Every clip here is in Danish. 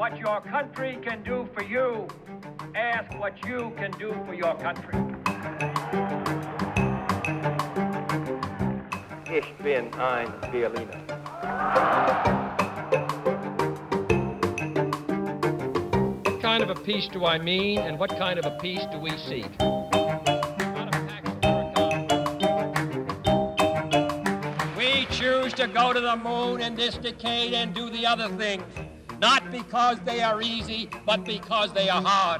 what your country can do for you. Ask what you can do for your country. Ich bin ein Berliner. What kind of a peace do I mean, and what kind of a peace do we seek? We choose to go to the moon in this decade and do the other things, not because they are easy, but because they are hard.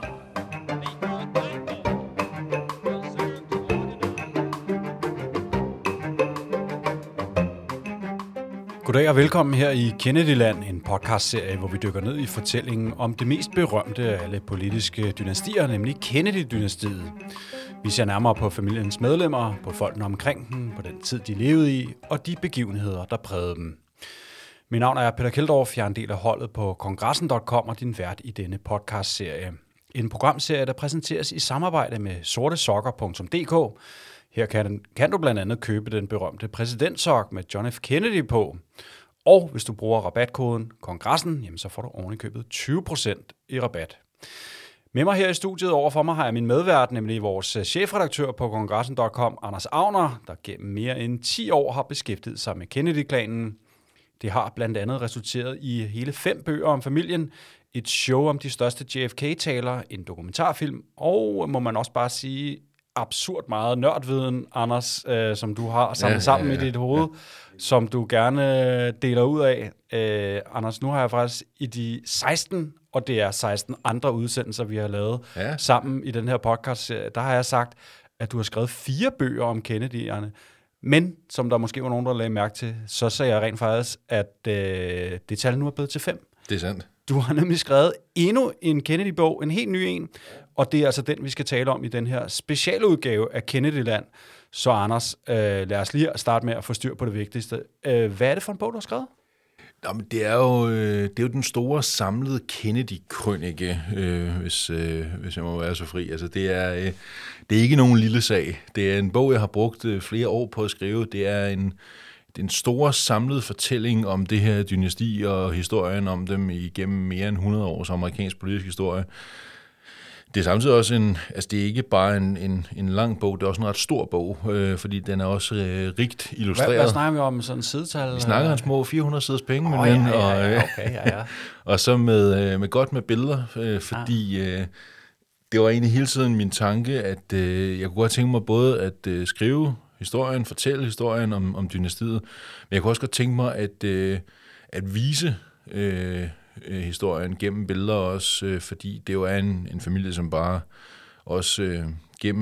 Goddag og velkommen her i Kennedyland, en podcastserie, hvor vi dykker ned i fortællingen om det mest berømte af alle politiske dynastier, nemlig Kennedy-dynastiet. Vi ser nærmere på familiens medlemmer, på folkene omkring dem, på den tid, de levede i, og de begivenheder, der prægede dem. Mit navn er Peter Keldorf, jeg er en del af holdet på kongressen.com og din vært i denne podcastserie. En programserie, der præsenteres i samarbejde med sortesokker.dk. Her kan du blandt andet købe den berømte præsidentsok med John F. Kennedy på. Og hvis du bruger rabatkoden kongressen, jamen så får du ovenikøbet 20% i rabat. Med mig her i studiet overfor mig har jeg min medvært, nemlig vores chefredaktør på kongressen.com, Anders Agner, der gennem mere end 10 år har beskæftiget sig med Kennedy-klanen. Det har blandt andet resulteret i hele 5 bøger om familien, et show om de største JFK-talere, en dokumentarfilm, og må man også bare sige, absurd meget nørdviden, Anders, som du har samlet sammen i dit hoved, som du gerne deler ud af. Anders, nu har jeg faktisk i de 16, og det er 16 andre udsendelser, vi har lavet sammen i den her podcast, der har jeg sagt, at du har skrevet 4 bøger om Kennedy'erne. Men, som der måske var nogen, der lagde mærke til, så sagde jeg rent faktisk, at det tal nu er blevet til 5. Det er sandt. Du har nemlig skrevet endnu en Kennedy-bog, en helt ny en, og det er altså den, vi skal tale om i den her specialudgave af Kennedyland. Så Anders, lad os lige starte med at få styr på det vigtigste. Hvad er det for en bog, du har skrevet? Jamen, det er jo den store samlede Kennedy-krønike, hvis jeg må være så fri. Altså, det er ikke nogen lille sag. Det er en bog, jeg har brugt flere år på at skrive. Det er en stor samlet fortælling om det her dynasti og historien om dem igennem mere end 100 års amerikansk politisk historie. Det er samtidig også det er ikke bare en lang bog, det er også en ret stor bog, fordi den er også rigt illustreret. Hvad snakker vi om, sådan sidetal? Vi snakker om små 400 siders penge, ja. Og så med godt med billeder, fordi det var egentlig hele tiden min tanke, at jeg kunne godt tænke mig både at skrive historien, fortælle historien om dynastiet, men jeg kunne også godt tænke mig at vise historien gennem billeder også, fordi det jo er en familie, som bare også gennem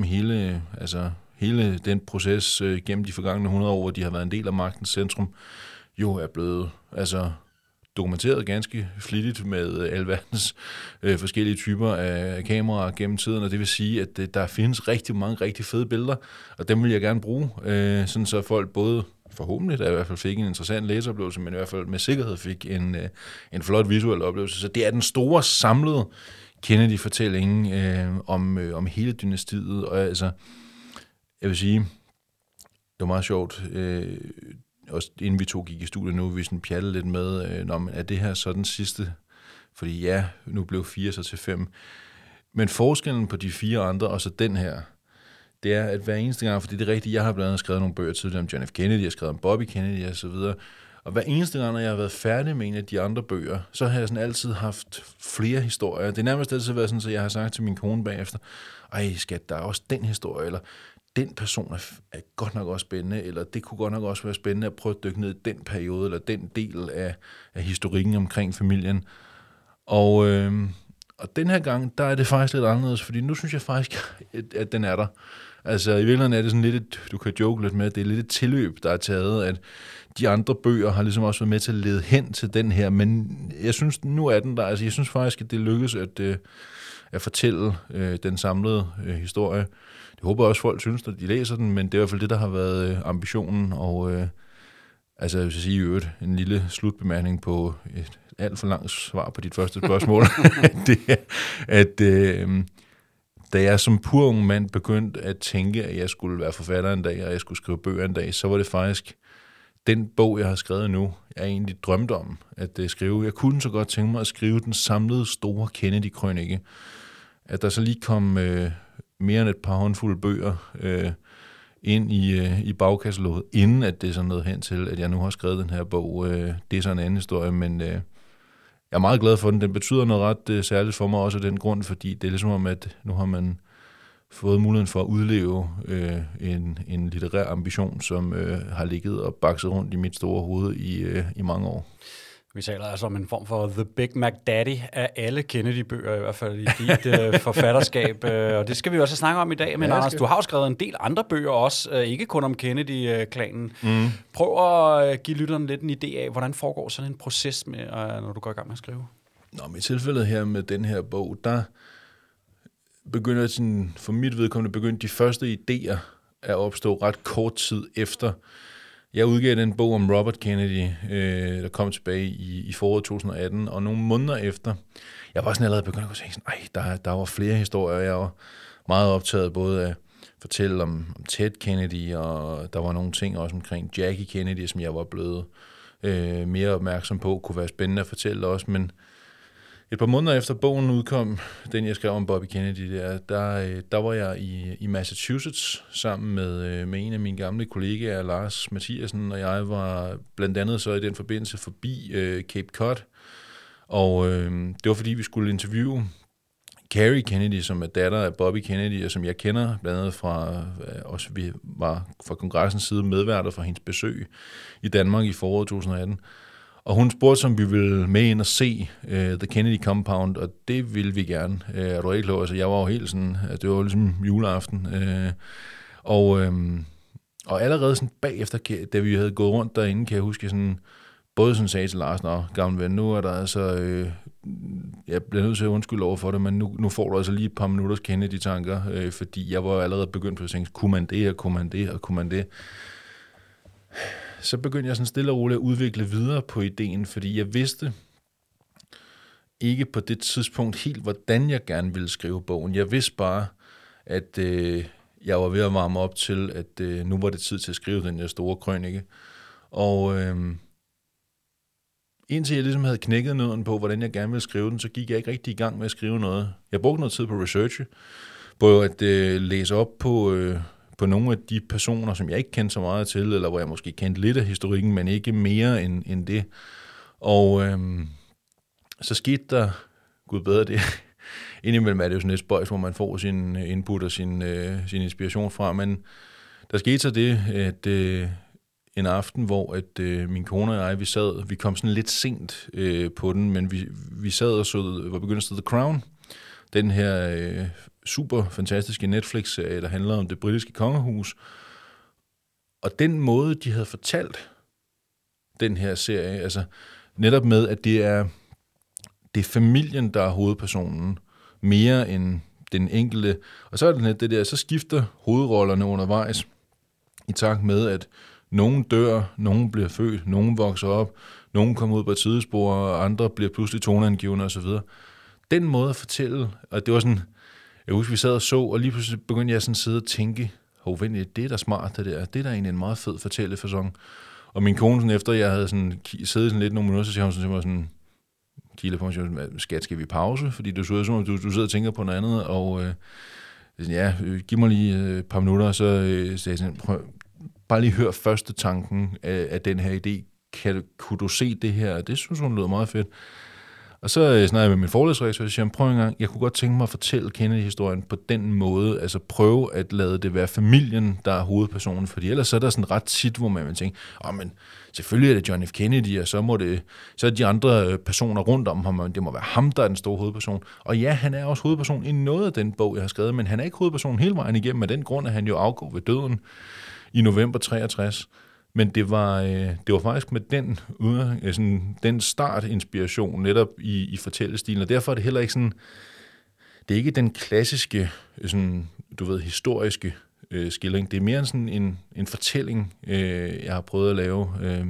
hele den proces, gennem de forgangne 100 år, hvor de har været en del af magtens centrum, jo er blevet dokumenteret ganske flittigt med alverdens forskellige typer af kameraer gennem tiden, og det vil sige, at der findes rigtig mange rigtig fede billeder, og dem vil jeg gerne bruge, sådan så folk både forhåbentlig, der i hvert fald fik en interessant læseoplevelse, men i hvert fald med sikkerhed fik en flot visuel oplevelse. Så det er den store samlede Kennedy-fortælling om hele dynastiet, og altså, jeg vil sige, det var meget sjovt, også inden vi to gik i studiet nu, vi sådan pjattede lidt med, er det her så den sidste? Fordi ja, nu blev 4 så til 5. Men forskellen på de 4 andre, og så den her, det er, at hver eneste gang, fordi det er rigtigt, jeg har blandt andet skrevet nogle bøger tidligere om John F. Kennedy, jeg har skrevet om Bobby Kennedy og så videre, og hver eneste gang, når jeg har været færdig med en af de andre bøger, så har jeg sådan altid haft flere historier. Det er nærmest altid været sådan, at jeg har sagt til min kone bagefter, ej skat, der er også den historie, eller den person er godt nok også spændende, eller det kunne godt nok også være spændende at prøve at dykke ned i den periode, eller den del af historikken omkring familien. Og den her gang, der er det faktisk lidt anderledes, fordi nu synes jeg faktisk, at den er der. Altså i virkeligheden er det sådan lidt, du kan joke lidt med, at det er lidt et tilløb, der er taget, at de andre bøger har ligesom også været med til at lede hen til den her, men jeg synes, nu er den der. Altså jeg synes faktisk, at det lykkes at fortælle den samlede historie. Det håber jeg også, folk synes, når de læser den, men det er i hvert fald det, der har været ambitionen, og jeg vil sige i øvrigt en lille slutbemærkning på et alt for langt svar på dit første spørgsmål. Det er, at da jeg som pur ung mand begyndte at tænke, at jeg skulle være forfatter en dag, og jeg skulle skrive bøger en dag, så var det faktisk den bog, jeg har skrevet nu, jeg egentlig drømt om at skrive. Jeg kunne så godt tænke mig at skrive den samlede store Kennedy-krønike. At der så lige kom mere end et par håndfulde bøger ind i bagkataloget, inden at det er sådan noget hen til, at jeg nu har skrevet den her bog. Det er så en anden historie, men jeg er meget glad for den. Den betyder noget ret særligt for mig også af den grund, fordi det er ligesom om, at nu har man fået muligheden for at udleve en litterær ambition, som har ligget og bakset rundt i mit store hoved i mange år. Vi taler altså om en form for The Big Mac Daddy af alle Kennedy-bøger, i hvert fald i dit forfatterskab. Og det skal vi også snakke om i dag. Men Anders, du har jo skrevet en del andre bøger også, ikke kun om Kennedy-klanen. Prøv at give lytterne lidt en idé af, hvordan foregår sådan en proces, med, når du går i gang med at skrive? I tilfældet her med den her bog, der begynder sådan, for mit vedkommende, de første idéer at opstå ret kort tid efter. Jeg udgav den bog om Robert Kennedy, der kom tilbage i foråret 2018, og nogle måneder efter, jeg var sådan allerede begyndt at tænke sådan, der var flere historier. Jeg var meget optaget både af at fortælle om Ted Kennedy, og der var nogle ting også omkring Jackie Kennedy, som jeg var blevet mere opmærksom på, kunne være spændende at fortælle også, men et par måneder efter bogen udkom, den jeg skrev om Bobby Kennedy, der var jeg i Massachusetts sammen med en af mine gamle kollegaer, Lars Mathiasen, og jeg var blandt andet så i den forbindelse forbi Cape Cod, og det var fordi vi skulle interviewe Carrie Kennedy, som er datter af Bobby Kennedy, og som jeg kender blandt andet fra, også vi var fra kongressens side medværter fra hendes besøg i Danmark i foråret 2018. Og hun spurgte, om vi ville med ind og se The Kennedy Compound, og det ville vi gerne. Er du ikke lov? Altså, jeg var jo helt sådan, at det var ligesom juleaften. Og allerede sådan bagefter, da vi havde gået rundt derinde, kan jeg huske, sådan, både sådan sagde til Lars, gamle ven, nu er der altså, jeg bliver nødt til at undskylde over for det, men nu får du altså lige et par minutters Kennedy-tanker, fordi jeg var allerede begyndt på at tænke, kunne man det, og kunne man det, og kunne man det? Så begyndte jeg sådan stille og roligt at udvikle videre på ideen, fordi jeg vidste ikke på det tidspunkt helt, hvordan jeg gerne ville skrive bogen. Jeg vidste bare, at jeg var ved at varme op til, at nu var det tid til at skrive den der store krønike. Og indtil jeg ligesom havde knækket nøden på, hvordan jeg gerne ville skrive den, så gik jeg ikke rigtig i gang med at skrive noget. Jeg brugte noget tid på research, på at læse op på nogle af de personer, som jeg ikke kendte så meget til, eller hvor jeg måske kendte lidt af historikken, men ikke mere end det. Og så skete der, gud bedre det, indimellem er det jo sådan et spøjs, hvor man får sin input og sin inspiration fra, men der skete så det, at en aften, hvor at min kone og jeg, vi kom sådan lidt sent på den, men vi sad og var begyndt at se The Crown, den her super fantastiske Netflix-serie, der handler om det britiske kongehus. Og den måde, de havde fortalt den her serie, altså netop med, at det er familien, der er hovedpersonen, mere end den enkelte. Og så er det der, så skifter hovedrollerne undervejs i takt med, at nogen dør, nogen bliver født, nogen vokser op, nogen kommer ud på et sidespor, og andre bliver pludselig toneangivende osv. Den måde at fortælle, og det var sådan, jeg husker, vi sad og så, og lige pludselig begyndte jeg sådan at sidde og tænke, det er da smart, det er da egentlig en meget fed fortællefacon. Og min kone, sådan, efter jeg havde sådan, siddet sådan lidt nogle minutter, så siger hun sådan til mig sådan, kilder på mig, skat, skal vi pause? Fordi du så som du sidder og tænker på noget andet, og ja, giv mig lige et par minutter, og så sagde jeg sådan, bare lige hør første tanken af den her idé. Kunne du se det her? Det synes hun lød meget fedt. Og så snakkede jeg med min forelæsredaktør, og siger, prøv en gang, jeg kunne godt tænke mig at fortælle Kennedy-historien på den måde, altså prøve at lade det være familien, der er hovedpersonen, fordi ellers så er der sådan ret tit, hvor man vil tænke, men selvfølgelig er det John F. Kennedy, og så er de andre personer rundt om ham, det må være ham, der er den store hovedperson. Og ja, han er også hovedperson i noget af den bog, jeg har skrevet, men han er ikke hovedperson hele vejen igennem, af den grund, at han jo afgår ved døden i november 63. Men det var faktisk med den startinspiration netop i fortællestilen, og derfor er det heller ikke sådan, det er ikke den klassiske, sådan, historiske skildring. Det er mere sådan en fortælling, jeg har prøvet at lave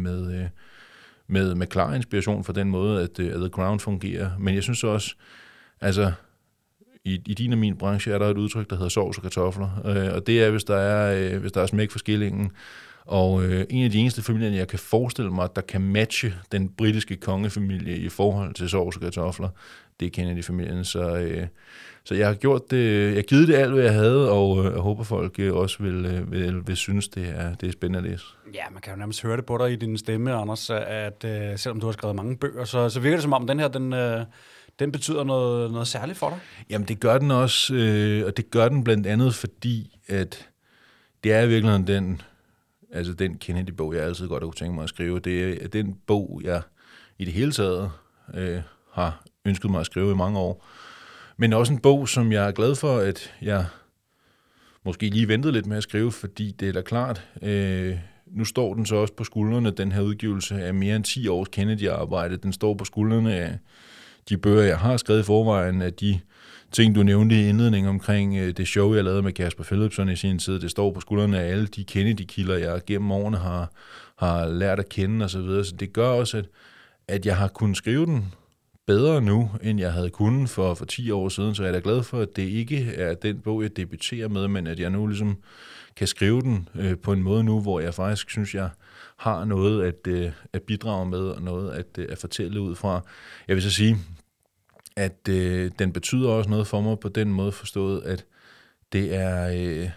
med klar inspiration for den måde, at The Crown fungerer. Men jeg synes også, altså, i din og min branche er der et udtryk, der hedder sovs og kartofler, og det er, hvis der er smæk for skillingen. Og en af de eneste familier, jeg kan forestille mig, der kan matche den britiske kongefamilie i forhold til sovs og kartofler, det er Kennedy-familien. Så jeg har gjort det, jeg har givet det alt, hvad jeg havde, og jeg håber, folk også vil synes, det er spændende at læse. Ja, man kan jo nærmest høre det på dig i din stemme, Anders, at selvom du har skrevet mange bøger, så virker det som om, den her, den betyder noget særligt for dig. Jamen, det gør den også, og det gør den blandt andet, fordi at det er i virkeligheden den Kennedy-bog, jeg altid godt har kunne tænke mig at skrive. Det er den bog, jeg i det hele taget har ønsket mig at skrive i mange år. Men også en bog, som jeg er glad for, at jeg måske lige ventede lidt med at skrive, fordi det er da klart, nu står den så også på skuldrene, den her udgivelse af mere end 10 års Kennedy-arbejde. Den står på skuldrene af de bøger, jeg har skrevet i forvejen, af de ting, du nævnte i indledningen omkring det show, jeg lavede med Casper Philipson i sin tid. Det står på skuldrene af alle de Kennedy-kilder, jeg gennem årene har lært at kende osv. Så det gør også, at jeg har kunnet skrive den bedre nu, end jeg havde kunnet for 10 år siden. Så jeg er da glad for, at det ikke er den bog, jeg debuterer med, men at jeg nu ligesom kan skrive den på en måde nu, hvor jeg faktisk synes, jeg har noget at bidrage med, og noget at fortælle ud fra. Jeg vil så sige, at den betyder også noget for mig på den måde forstået, at det er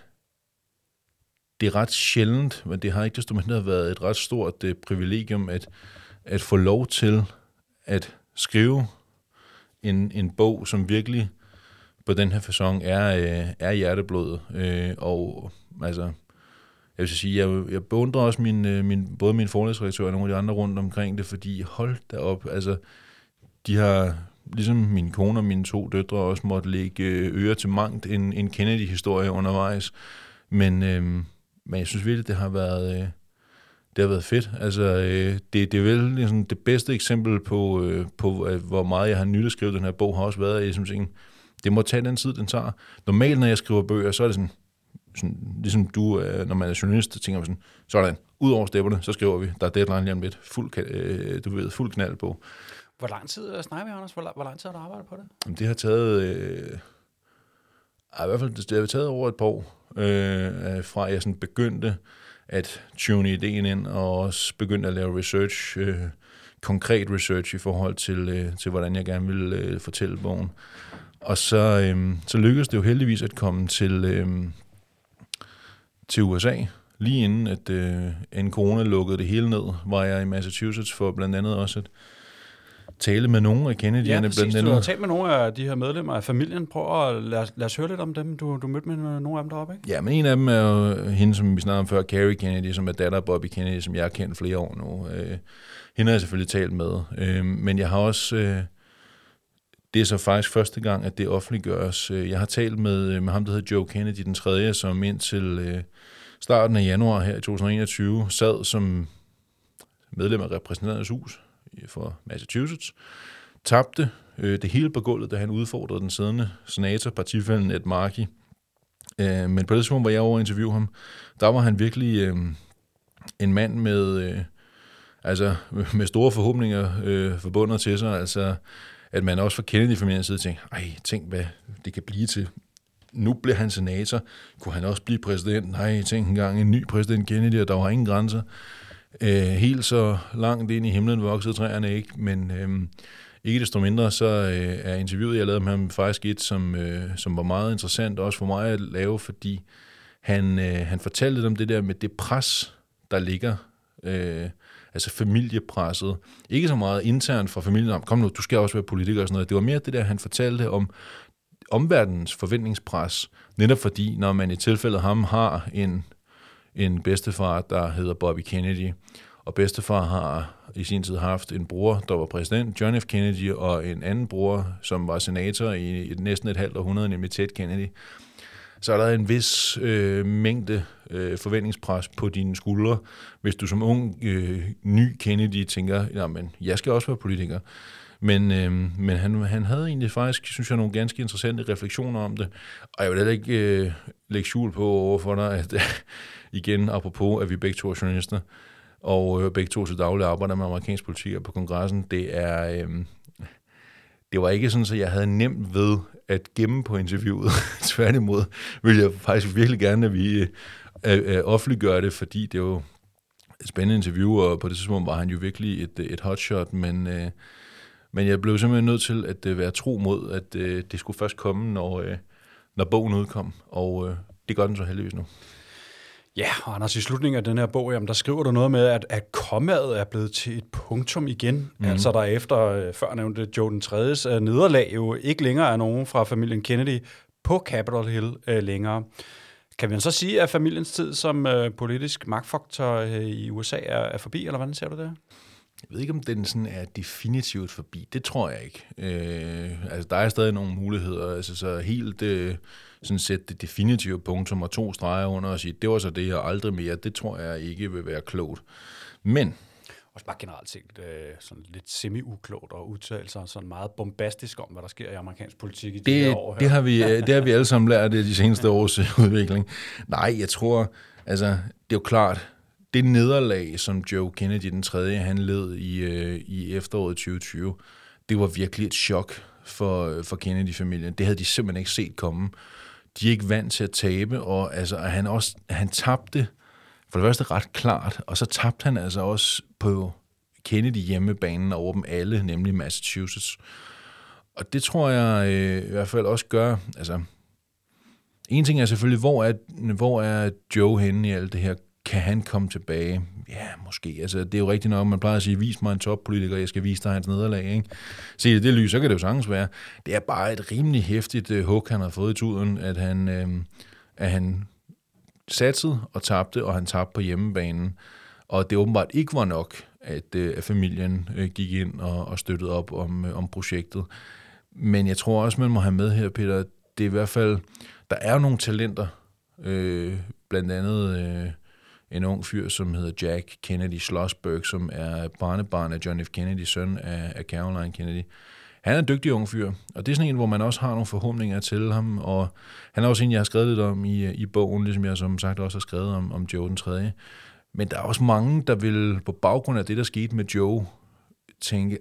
ret sjældent, men det har ikke desto mindre været et ret stort privilegium at få lov til at skrive en bog, som virkelig på den her facon er hjerteblod. Og altså, jeg vil sige, jeg beundrer også både min forelæsredaktør og nogle af de andre rundt omkring det, fordi hold da op, altså, de har, ligesom min kone og mine 2 døtre, også måtte lægge øre til mangt en Kennedy-historie undervejs. Men jeg synes virkelig, det har været fedt. Altså, det er vel ligesom det bedste eksempel på, hvor meget jeg har nydt at skrive den her bog, har også været, at jeg synes, det må tage den tid, den tager. Normalt, når jeg skriver bøger, så er det sådan ligesom du, når man er journalist, så tænker man sådan, ud over stepperne, så skriver vi, der er deadline lige om lidt, fuld knald på. Hvor lang tid snakker vi, Anders? Hvor lang tid har du arbejdet på det? Jamen, det har taget, i hvert fald, det har taget over et par år, fra jeg sådan begyndte at tune ideen ind, og også begyndte at lave research, konkret research i forhold til hvordan jeg gerne ville fortælle bogen. Og så lykkedes det jo heldigvis at komme til USA. Lige inden at en corona lukkede det hele ned, var jeg i Massachusetts for blandt andet også at tale med nogle af Kennedy'erne. Ja, præcis. Du har talt med nogle af de her medlemmer af familien. Prøv at lad os høre lidt om dem. Du mødte med nogle af dem deroppe, ikke? Ja, men en af dem er jo hende, som vi snakkede om før, Carrie Kennedy, som er datter af Bobby Kennedy, som jeg har kendt flere år nu. Hende har jeg selvfølgelig talt med. Men jeg har også... det er så faktisk første gang, at det offentliggøres. Jeg har talt med ham, der hedder Joe Kennedy, den 3., som indtil starten af januar her i 2021 sad som medlem af Repræsentanternes Hus for Massachusetts, tabte det hele på gulvet, da han udfordrede den siddende senator, partifællen Ed Markey. Men på det tidspunkt, hvor jeg over at interviewe ham, der var han virkelig en mand med store forhåbninger forbundet til sig, altså at man også fra Kennedy-familiens side tænkte, tænk hvad det kan blive til. Nu bliver han senator. Kunne han også blive præsident? Nej, tænk engang en ny præsident Kennedy, og der var ingen grænser. Helt så langt ind i himlen voksede træerne ikke, men ikke desto mindre, så er interviewet, jeg lavede med ham, faktisk et, som var meget interessant, også for mig at lave, fordi han fortalte lidt om det der med det pres, der ligger, altså familiepresset. Ikke så meget internt fra familien om, kom nu, du skal også være politiker og sådan noget. Det var mere det der, han fortalte om omverdenens forventningspres, netop fordi, når man i tilfældet ham har en bedstefar, der hedder Bobby Kennedy, og bedstefar har i sin tid haft en bror, der var præsident, John F. Kennedy, og en anden bror, som var senator i næsten et halvt århundrede, nemlig Ted Kennedy. Så er der en vis mængde forventningspres på dine skuldre, hvis du som ung ny Kennedy tænker, jamen, jeg skal også være politiker. Men han havde egentlig faktisk, synes jeg, nogle ganske interessante refleksioner om det. Og jeg vil heller ikke lægge skjul på overfor dig, at igen, apropos, at vi begge to er journalister, og begge to til daglig arbejder med amerikansk politik på kongressen, det var ikke sådan, at jeg havde nemt ved at gemme på interviewet. Tværtimod vil jeg faktisk virkelig gerne, at vi offentliggør det, fordi det er jo et spændende interview, og på det tidspunkt var han jo virkelig et hotshot, men jeg blev simpelthen nødt til at være tro mod, at det skulle først komme, når bogen udkom, og det gør den så heldigvis nu. Ja, og Anders, i slutningen af den her bog, jamen, der skriver du noget med, at kommaet er blevet til et punktum igen. Altså der efter førnævnte Joe den 3.'s nederlag jo ikke længere er nogen fra familien Kennedy på Capitol Hill længere. Kan vi så sige, at familiens tid som politisk magtfaktor i USA er forbi, eller hvordan ser du det? Jeg ved ikke, om den sådan er definitivt forbi. Det tror jeg ikke. Altså, der er stadig nogle muligheder. Altså, så helt sådan sætte det definitive punktum og 2 streger under og sige, det var så det, og aldrig mere, det tror jeg ikke vil være klogt. Men også bare generelt set sådan lidt semi-uklogt og udtale sig sådan meget bombastisk om, hvad der sker i amerikansk politik i de her år her. Det har vi alle sammen lært af de seneste års udvikling. Nej, jeg tror, altså, det er jo klart, det nederlag, som Joe Kennedy den 3., han led i efteråret 2020, det var virkelig et chok for Kennedy-familien. Det havde de simpelthen ikke set komme. De er ikke vant til at tabe, og altså, han tabte for det første ret klart, og så tabte han altså også på Kennedy hjemmebanen over dem alle, nemlig Massachusetts. Og det tror jeg i hvert fald også gør, altså, en ting er selvfølgelig, hvor er Joe henne i alt det her? Kan han komme tilbage? Ja, måske. Altså, det er jo rigtigt nok, man plejer at sige, vis mig en toppolitiker, jeg skal vise dig hans nederlag, ikke? Se det lys, så kan det jo sagtens være. Det er bare et rimelig hæftigt hug, han har fået i tuden, at han satsede og tabte, og han tabte på hjemmebanen. Og det åbenbart ikke var nok, at familien gik ind og støttede op om projektet. Men jeg tror også, man må have med her, Peter, det er i hvert fald, der er nogle talenter, blandt andet en ung fyr, som hedder Jack Kennedy Schlossberg, som er barnebarn af John F. Kennedy, søn af Caroline Kennedy. Han er en dygtig ung fyr, og det er sådan en, hvor man også har nogle forhåbninger til ham, og han er også en, jeg har skrevet lidt om i bogen, ligesom jeg som sagt også har skrevet om Joe den 3. Men der er også mange, der vil på baggrund af det, der skete med Joe, tænke,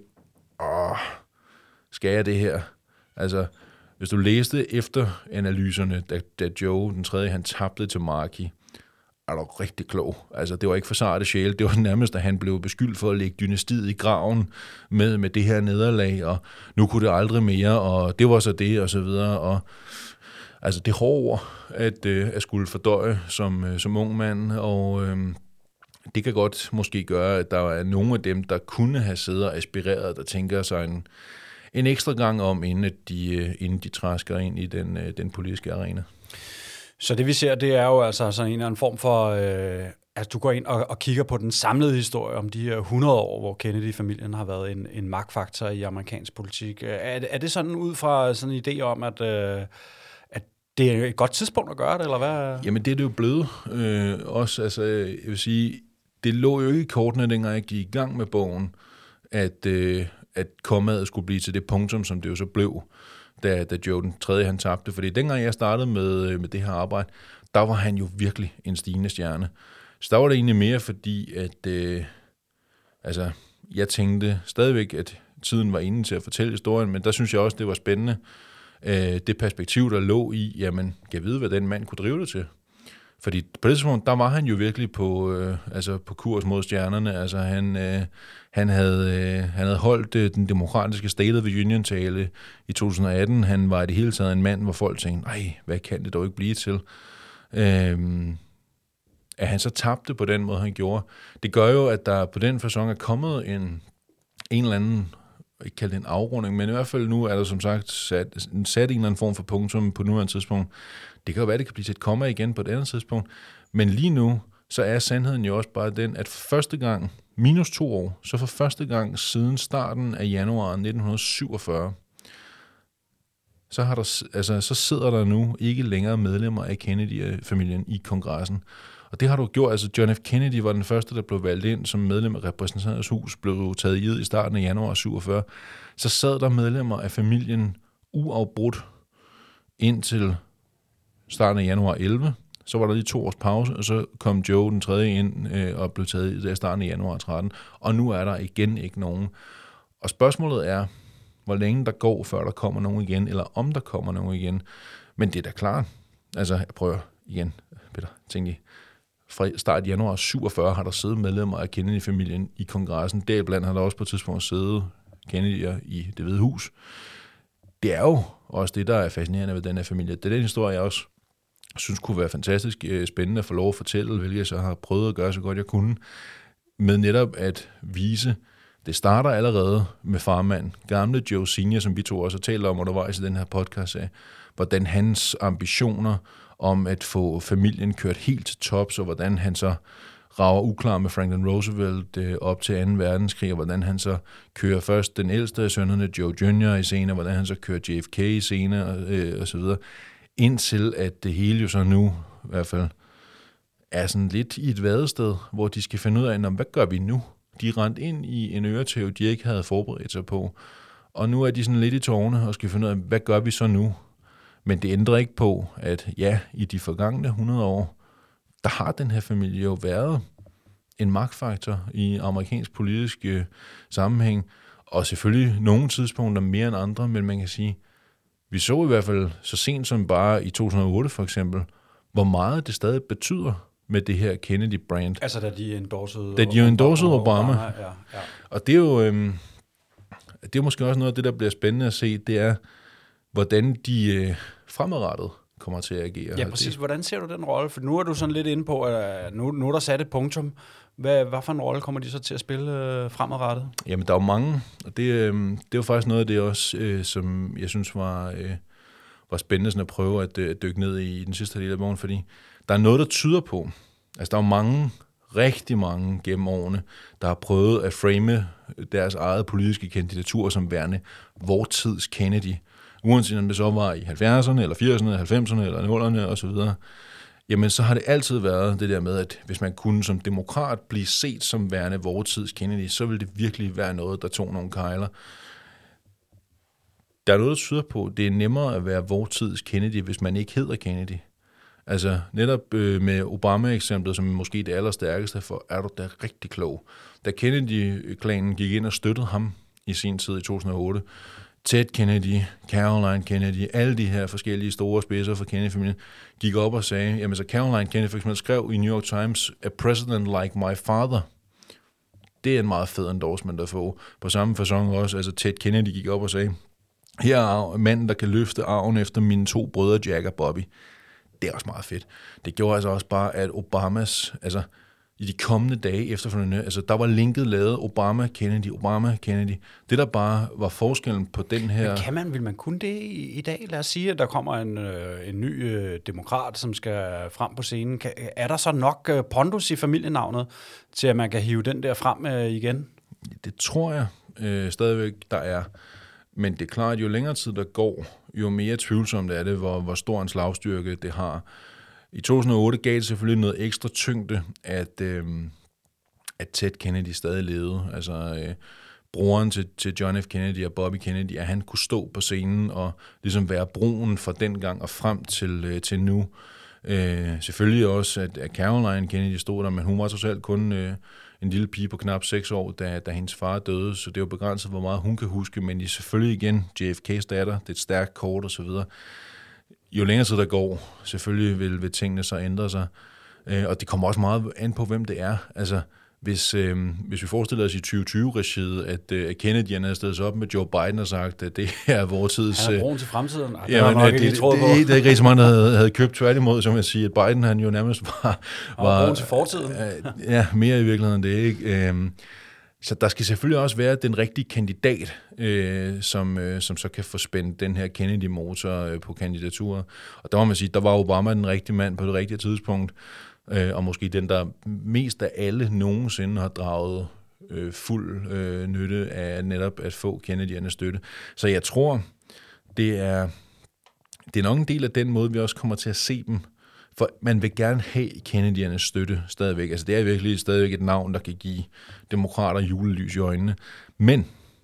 skal jeg det her? Altså, hvis du læste efter analyserne, da Joe den 3. han tabte til Markey, er du rigtig klog. Altså, det var ikke for sarte sjæle. Det var nærmest, at han blev beskyldt for at lægge dynastiet i graven med det her nederlag, og nu kunne det aldrig mere, og det var så det, og så videre. Og altså, det er hårdt at skulle fordøje som ung mand, og det kan godt måske gøre, at der er nogle af dem, der kunne have siddet og aspireret, der tænker sig en ekstra gang om, inden de træsker ind i den politiske arena. Så det vi ser, det er jo altså sådan en eller anden form for, at du går ind og kigger på den samlede historie om de her 100 år, hvor Kennedy-familien har været en magtfaktor i amerikansk politik. Er det sådan ud fra sådan en idé om, at det er et godt tidspunkt at gøre det, eller hvad? Jamen det er det jo blevet. Også, altså, jeg vil sige, det lå jo ikke i kortene, dengang jeg gik i gang med bogen, at kommaet skulle blive til det punktum, som det jo så blev, da Joe den 3. han tabte. Fordi dengang jeg startede med det her arbejde, der var han jo virkelig en stigende stjerne. Så der var det egentlig mere fordi, at jeg tænkte stadigvæk, at tiden var inde til at fortælle historien, men der synes jeg også, det var spændende. Det perspektiv, der lå i, jamen, kan jeg vide, hvad den mand kunne drive det til? Fordi på det tidspunkt, der var han jo virkelig på kurs mod stjernerne. Altså han havde holdt den demokratiske State of the Union-tale i 2018. Han var i det hele taget en mand, hvor folk tænkte, nej, hvad kan det dog ikke blive til? At han så tabte på den måde, han gjorde. Det gør jo, at der på den facon er kommet en eller anden, ikke kalde det en afrunding, men i hvert fald nu er der som sagt sat en eller anden form for punktum på nuværende tidspunkt. Det kan jo være, det kan blive til et komma igen på et andet tidspunkt. Men lige nu, så er sandheden jo også bare den, at for første gang, minus 2 år, så for første gang siden starten af januar 1947, så sidder der nu ikke længere medlemmer af Kennedy-familien i kongressen. Og det har du gjort, altså John F. Kennedy var den første, der blev valgt ind som medlem af repræsentanternes hus, blev taget i starten af januar 47. Så sad der medlemmer af familien uafbrudt indtil starten af januar 11. Så var der lige 2 års pause, og så kom Joe den 3. ind og blev taget i starten af januar 13. Og nu er der igen ikke nogen. Og spørgsmålet er, hvor længe der går, før der kommer nogen igen, eller om der kommer nogen igen. Men det er da klart. Altså, jeg prøver igen, Peter, tænk lige. fra start januar 47 har der siddet medlemmer af Kennedy-familien i kongressen. Deriblandt har der også på et tidspunkt siddet Kennedy'er i Det Hvide Hus. Det er jo også det, der er fascinerende ved den her familie. Det er den historie, jeg også synes kunne være fantastisk spændende at få lov at fortælle, hvilket jeg så har prøvet at gøre så godt jeg kunne, med netop at vise, det starter allerede med farmand, gamle Joe Senior, som vi to også har talt om undervejs i den her podcast af, hvordan hans ambitioner om at få familien kørt helt til tops, og hvordan han så rager uklar med Franklin Roosevelt op til 2. verdenskrig, og hvordan han så kører først den ældste af sønnerne, Joe Jr. i senere, hvordan han så kører JFK i senere, og så videre, indtil at det hele jo så nu, i hvert fald, er sådan lidt i et vadested, hvor de skal finde ud af, hvad gør vi nu? De rendte ind i en øretæve, de ikke havde forberedt sig på, og nu er de sådan lidt i tårne og skal finde ud af, hvad gør vi så nu? Men det ændrer ikke på, at ja, i de forgangne 100 år, der har den her familie jo været en magtfaktor i amerikansk politisk sammenhæng, og selvfølgelig nogle tidspunkter mere end andre, men man kan sige, vi så i hvert fald så sent som bare i 2008 for eksempel, hvor meget det stadig betyder med det her Kennedy-brand. Altså da de endorsede Obama. Ja. Og det er jo det er måske også noget af det, der bliver spændende at se, det er, hvordan de fremadrettet kommer til at agere. Ja, præcis. Hvordan ser du den rolle? For nu er du sådan lidt inde på, at nu er der sat et punktum. Hvad for en rolle kommer de så til at spille fremadrettet? Jamen, der er jo mange, og det er jo faktisk noget af det også, som jeg synes var spændende sådan at prøve at dykke ned i den sidste del af bogen, fordi der er noget, der tyder på, altså der er mange, rigtig mange gennem årene, der har prøvet at frame deres eget politiske kandidatur som værende vor tids Kennedy, uanset om det så var i 70'erne, eller 80'erne, 90'erne, eller 0'erne osv., jamen så har det altid været det der med, at hvis man kunne som demokrat blive set som værende vores tids Kennedy, så ville det virkelig være noget, der tog nogle kejler. Der er noget, der tyder på, at det er nemmere at være vores tids Kennedy, hvis man ikke hedder Kennedy. Altså netop med Obama-eksemplet, som måske det allerstærkeste, for er du da rigtig klog. Da Kennedy-klanen gik ind og støttede ham i sin tid i 2008, Ted Kennedy, Caroline Kennedy, alle de her forskellige store spidser for Kennedy-familien, gik op og sagde, jamen så Caroline Kennedy for eksempel skrev i New York Times, a president like my father. Det er en meget fed endorsement at få. På samme facon også, altså Ted Kennedy gik op og sagde, her er manden, der kan løfte arven efter mine 2 brødre, Jack og Bobby. Det er også meget fedt. Det gjorde altså også bare, at Obamas, altså i de kommende dage efterfølgende, altså der var linket lavet Obama, Kennedy. Det der bare var forskellen på den her... Men vil man kunne det i dag? Lad os sige, at der kommer en ny demokrat, som skal frem på scenen. Er der så nok pondus i familienavnet, til at man kan hive den der frem igen? Det tror jeg stadigvæk, der er. Men det er klart, at jo længere tid der går, jo mere tvivlsomt er det, hvor stor en slagstyrke det har. I 2008 gav det selvfølgelig noget ekstra tyngde, at Ted Kennedy stadig levede. Altså broren til John F. Kennedy og Bobby Kennedy, at han kunne stå på scenen og ligesom være broen fra dengang og frem til nu. Selvfølgelig også, at Caroline Kennedy stod der, men hun var totalt kun en lille pige på knap 6 år, da hendes far døde, så det var begrænset, hvor meget hun kan huske, men selvfølgelig igen JFK's datter, det er et stærkt kort og så videre. Jo længere tid der går, selvfølgelig vil tingene så ændre sig, og det kommer også meget an på, hvem det er. Altså, hvis vi forestiller os i 2020-regiet, at Kennedy'erne havde stedet sig op med Joe Biden og sagt, at det er vores tids... Han er broen til fremtiden. Det er ikke rigtig så mange, der havde købt tværtimod, som jeg siger, at Biden han jo nærmest var broen til fortiden. Ja, mere i virkeligheden det, ikke? Så der skal selvfølgelig også være den rigtige kandidat, som så kan få spændt den her Kennedy-motor på kandidaturer. Og der må man sige, der var Obama den rigtige mand på det rigtige tidspunkt, og måske den, der mest af alle nogensinde har draget fuld nytte af netop at få Kennedy'ernes støtte. Så jeg tror, det er nok en del af den måde, vi også kommer til at se dem. For man vil gerne have Kennedy'ernes støtte stadigvæk. Altså det er virkelig stadigvæk et navn, der kan give demokrater julelys i øjnene. Men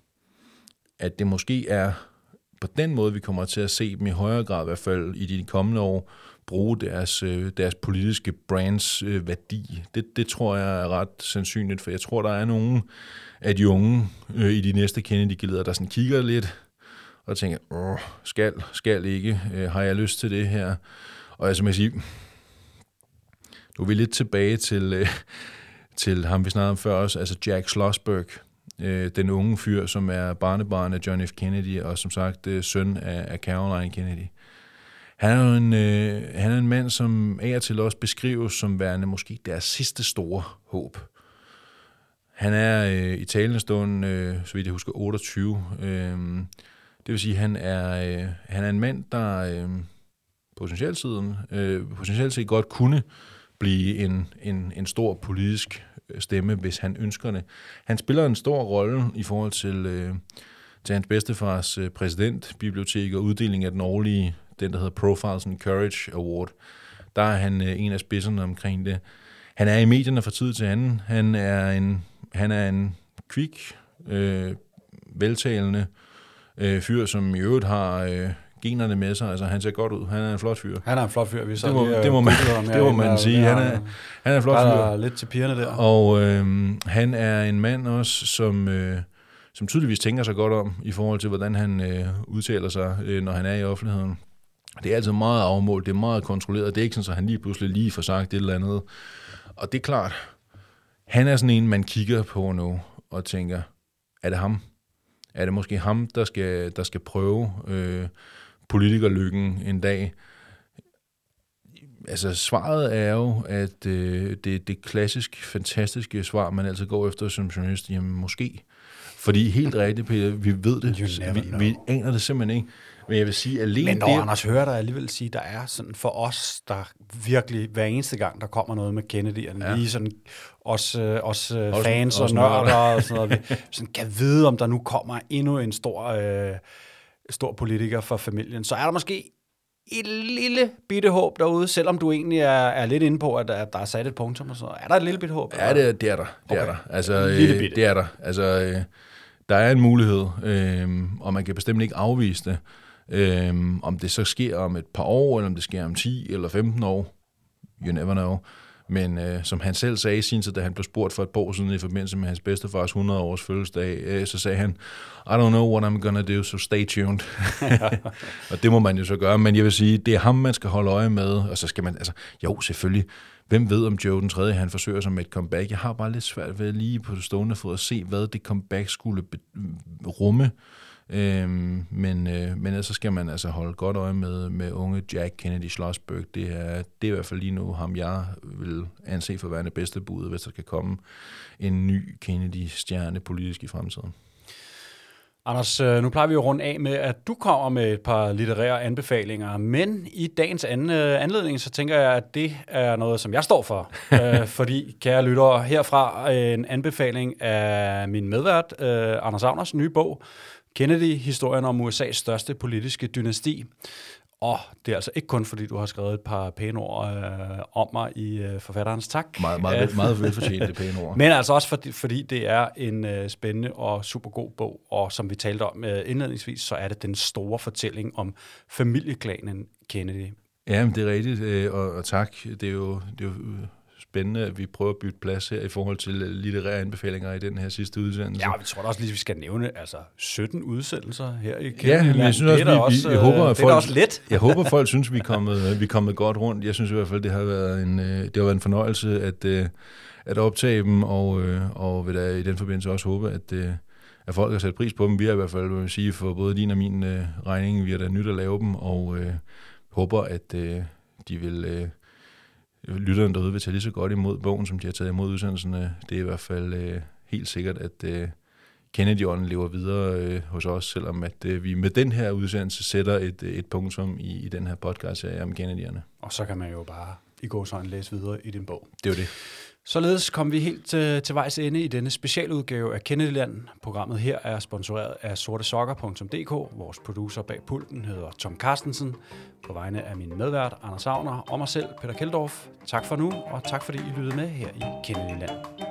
at det måske er på den måde, vi kommer til at se dem i højere grad, i hvert fald i de kommende år, bruge deres politiske brands værdi. Det tror jeg er ret sandsynligt, for jeg tror, der er nogle af de unge i de næste Kennedy-gilder, der sådan kigger lidt og tænker, skal ikke, har jeg lyst til det her? Og altså man siger, Nu er vi lidt tilbage til ham, vi snakkede om før også, altså Jack Schlossberg, den unge fyr, som er barnebarn af John F. Kennedy, og som sagt søn af Caroline Kennedy. Han er jo en mand, som af og til også beskrives som værende måske deres sidste store håb. Han er i talende stund, så vidt jeg husker, 28. Det vil sige, han er en mand, der potentielt set godt kunne blive en stor politisk stemme, hvis han ønsker det. Han spiller en stor rolle i forhold til hans bedstefars præsidentbibliotek og uddeling af den årlige, den der hedder Profiles and Courage Award. Der er han en af spidserne omkring det. Han er i medierne fra tid til anden. Han er en kvik, veltalende fyr, som i øvrigt har generne med sig. Altså, han ser godt ud. Han er en flot fyr. Han er en flot fyr. Det må man sige. Han er en flot fyr. Der er lidt til pigerne der. Og han er en mand også, som tydeligvis tænker sig godt om, i forhold til, hvordan han udtaler sig, når han er i offentligheden. Det er altid meget afmålt, det er meget kontrolleret. Det er ikke sådan, at han lige pludselig får sagt et eller andet. Og det er klart, han er sådan en, man kigger på nu og tænker, er det ham? Er det måske ham, der skal prøve politikerlykken en dag? Altså, svaret er jo, at det klassisk fantastiske svar, man altid går efter som journalist, jamen måske. Fordi helt rigtigt, Peter, vi ved det. Vi aner det simpelthen ikke. Men jeg vil sige, alene men når Anders hører dig alligevel sige, der er sådan for os, der virkelig hver eneste gang, der kommer noget med Kennedy'erne, lige sådan også fans og nørder og sådan noget, vi sådan kan vide, om der nu kommer endnu en stor politiker for familien, så er der måske et lille bitte håb derude, selvom du egentlig er lidt inde på, at der er sat et punktum og så. Er der et lille bitte håb? Ja, det er der. Det er der. Altså, det er der. Altså, der er en mulighed, og man kan bestemt ikke afvise det. Om det så sker om et par år, eller om det sker om 10 eller 15 år, you never know. Men som han selv sagde i sin tid, da han blev spurgt for et par år siden i forbindelse med hans bedstefars 100-års fødselsdag, så sagde han, I don't know what I'm gonna do, so stay tuned. Og det må man jo så gøre, men jeg vil sige, det er ham, man skal holde øje med, og så skal man, altså, jo selvfølgelig, hvem ved om Joe den 3. han forsøger sig med et comeback. Jeg har bare lidt svært ved lige på det stående fod at se, hvad det comeback skulle rumme. Men ellers så skal man altså holde godt øje med unge Jack Kennedy Schlossberg. Det er i hvert fald lige nu ham, jeg vil anse for værende bedste bud, hvis der skal komme en ny Kennedy-stjerne politisk i fremtiden. Anders, nu plejer vi jo rundt af med, at du kommer med et par litterære anbefalinger, men i dagens anledning, så tænker jeg, at det er noget, som jeg står for. Fordi, kære lyttere, herfra en anbefaling af min medvært, Anders Agners nye bog, Kennedy, historien om USA's største politiske dynasti. Og det er altså ikke kun, fordi du har skrevet et par pæne ord om mig i forfatterens tak. Meget velfortjente pæne ord. Men altså også fordi det er en spændende og super god bog, og som vi talte om indledningsvis, så er det den store fortælling om familieklanen Kennedy. Ja, det er rigtigt, og tak. Det er jo spændende, at vi prøver at bytte plads her i forhold til litterære anbefalinger i den her sidste udsendelse. Ja, vi tror da også lige, vi skal nævne 17 udsendelser her i Kennedy. Ja, men jeg synes også, jeg håber, at folk, også lidt. Jeg håber, folk synes, vi er kommet godt rundt. Jeg synes i hvert fald, det har været en fornøjelse at optage dem, og vil da i den forbindelse også håbe, at folk har sat pris på dem. Vi har i hvert fald, vil sige, for både din og min regning, vi har da nyt at lave dem, og håber, at de vil... lytterne derude vil tage lige så godt imod bogen, som de har taget imod udsendelserne. Det er i hvert fald helt sikkert, at Kennedy-ånden lever videre hos os, selvom at vi med den her udsendelse sætter et punktum i den her podcast om Kennedy'erne. Og så kan man jo bare i gåseøjne læse videre i din bog. Det er jo det. Således kom vi helt til vejs ende i denne specialudgave af Kennedyland. Programmet her er sponsoreret af sortesokker.dk. Vores producer bag pulten hedder Tom Carstensen. På vegne af min medvært, Anders Agner, og mig selv, Peter Keldorf. Tak for nu, og tak fordi I lyttede med her i Kennedyland.